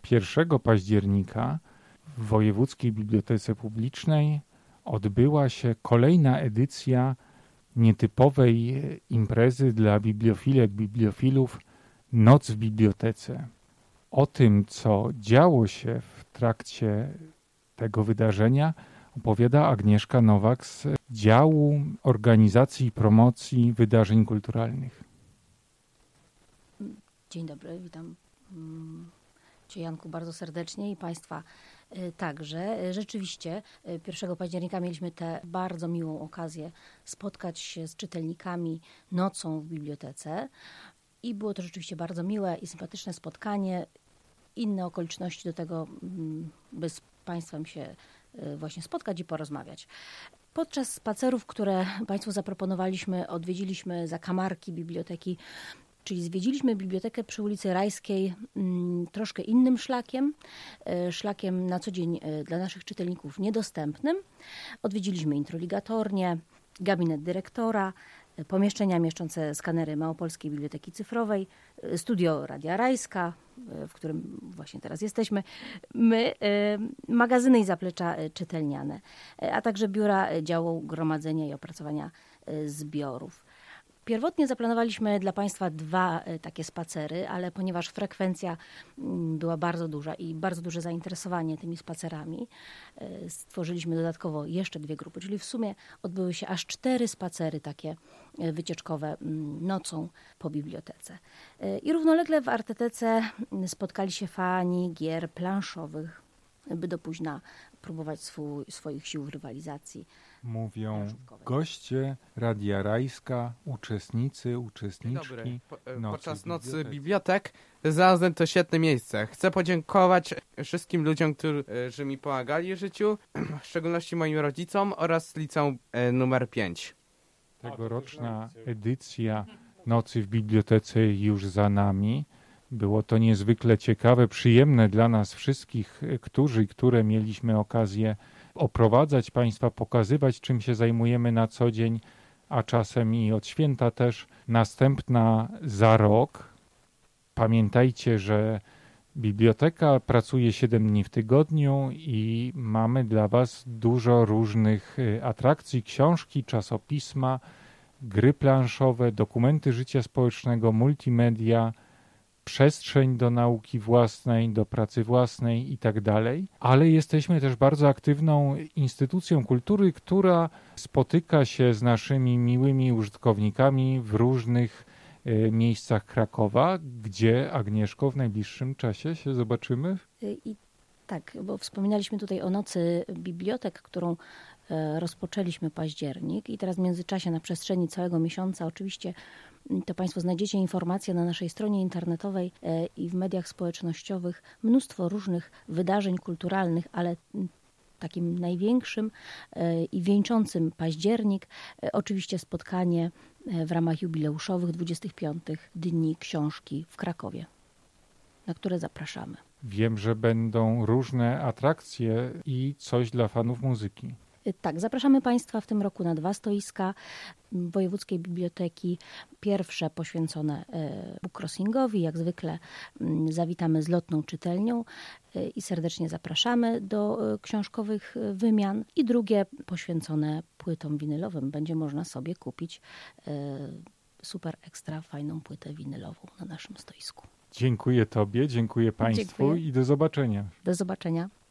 1 października w Wojewódzkiej Bibliotece Publicznej odbyła się kolejna edycja nietypowej imprezy dla bibliofilek, bibliofilów Noc w Bibliotece. O tym, co działo się w trakcie tego wydarzenia, opowiada Agnieszka Nowak z działu organizacji i promocji wydarzeń kulturalnych. Dzień dobry, witam Cię, Janku, bardzo serdecznie i Państwa także. Rzeczywiście 1 października mieliśmy tę bardzo miłą okazję spotkać się z czytelnikami nocą w bibliotece i było to rzeczywiście bardzo miłe i sympatyczne spotkanie. Inne okoliczności do tego, by z Państwem się właśnie spotkać i porozmawiać. Podczas spacerów, które Państwu zaproponowaliśmy, odwiedziliśmy zakamarki biblioteki, czyli zwiedziliśmy bibliotekę przy ulicy Rajskiej troszkę innym szlakiem na co dzień dla naszych czytelników niedostępnym. Odwiedziliśmy introligatornię, gabinet dyrektora, pomieszczenia mieszczące skanery Małopolskiej Biblioteki Cyfrowej, studio Radia Rajska, w którym właśnie teraz jesteśmy, my, magazyny i zaplecza czytelniane, a także biura działu gromadzenia i opracowania zbiorów. Pierwotnie zaplanowaliśmy dla Państwa 2 takie spacery, ale ponieważ frekwencja była bardzo duża i bardzo duże zainteresowanie tymi spacerami, stworzyliśmy dodatkowo jeszcze 2 grupy, czyli w sumie odbyły się aż 4 spacery takie wycieczkowe nocą po bibliotece. I równolegle w Artetece spotkali się fani gier planszowych, by do późna próbować swoich sił w rywalizacji. Mówią goście Radia Rajska, uczestniczki. Dobry. Podczas Nocy Bibliotek znalazłem to świetne miejsce. Chcę podziękować wszystkim ludziom, którzy mi pomagali w życiu, w szczególności moim rodzicom oraz liceum numer 5. Tegoroczna edycja Nocy w Bibliotece już za nami. Było to niezwykle ciekawe, przyjemne dla nas wszystkich, które mieliśmy okazję oprowadzać Państwa, pokazywać, czym się zajmujemy na co dzień, a czasem i od święta też. Następna za rok. Pamiętajcie, że biblioteka pracuje 7 dni w tygodniu i mamy dla Was dużo różnych atrakcji, książki, czasopisma, gry planszowe, dokumenty życia społecznego, multimedia, przestrzeń do nauki własnej, do pracy własnej i tak dalej, ale jesteśmy też bardzo aktywną instytucją kultury, która spotyka się z naszymi miłymi użytkownikami w różnych miejscach Krakowa, gdzie, Agnieszko, w najbliższym czasie się zobaczymy. I tak, bo wspominaliśmy tutaj o Nocy Bibliotek, którą rozpoczęliśmy październik i teraz w międzyczasie na przestrzeni całego miesiąca oczywiście to Państwo znajdziecie informacje na naszej stronie internetowej i w mediach społecznościowych. Mnóstwo różnych wydarzeń kulturalnych, ale takim największym i wieńczącym październik oczywiście spotkanie w ramach jubileuszowych 25 Dni Książki w Krakowie, na które zapraszamy. Wiem, że będą różne atrakcje i coś dla fanów muzyki. Tak, zapraszamy Państwa w tym roku na 2 stoiska Wojewódzkiej Biblioteki. Pierwsze poświęcone bookcrossingowi, jak zwykle zawitamy z lotną czytelnią i serdecznie zapraszamy do książkowych wymian. I drugie poświęcone płytom winylowym. Będzie można sobie kupić super ekstra fajną płytę winylową na naszym stoisku. Dziękuję Tobie, dziękuję Państwu i do zobaczenia. Do zobaczenia.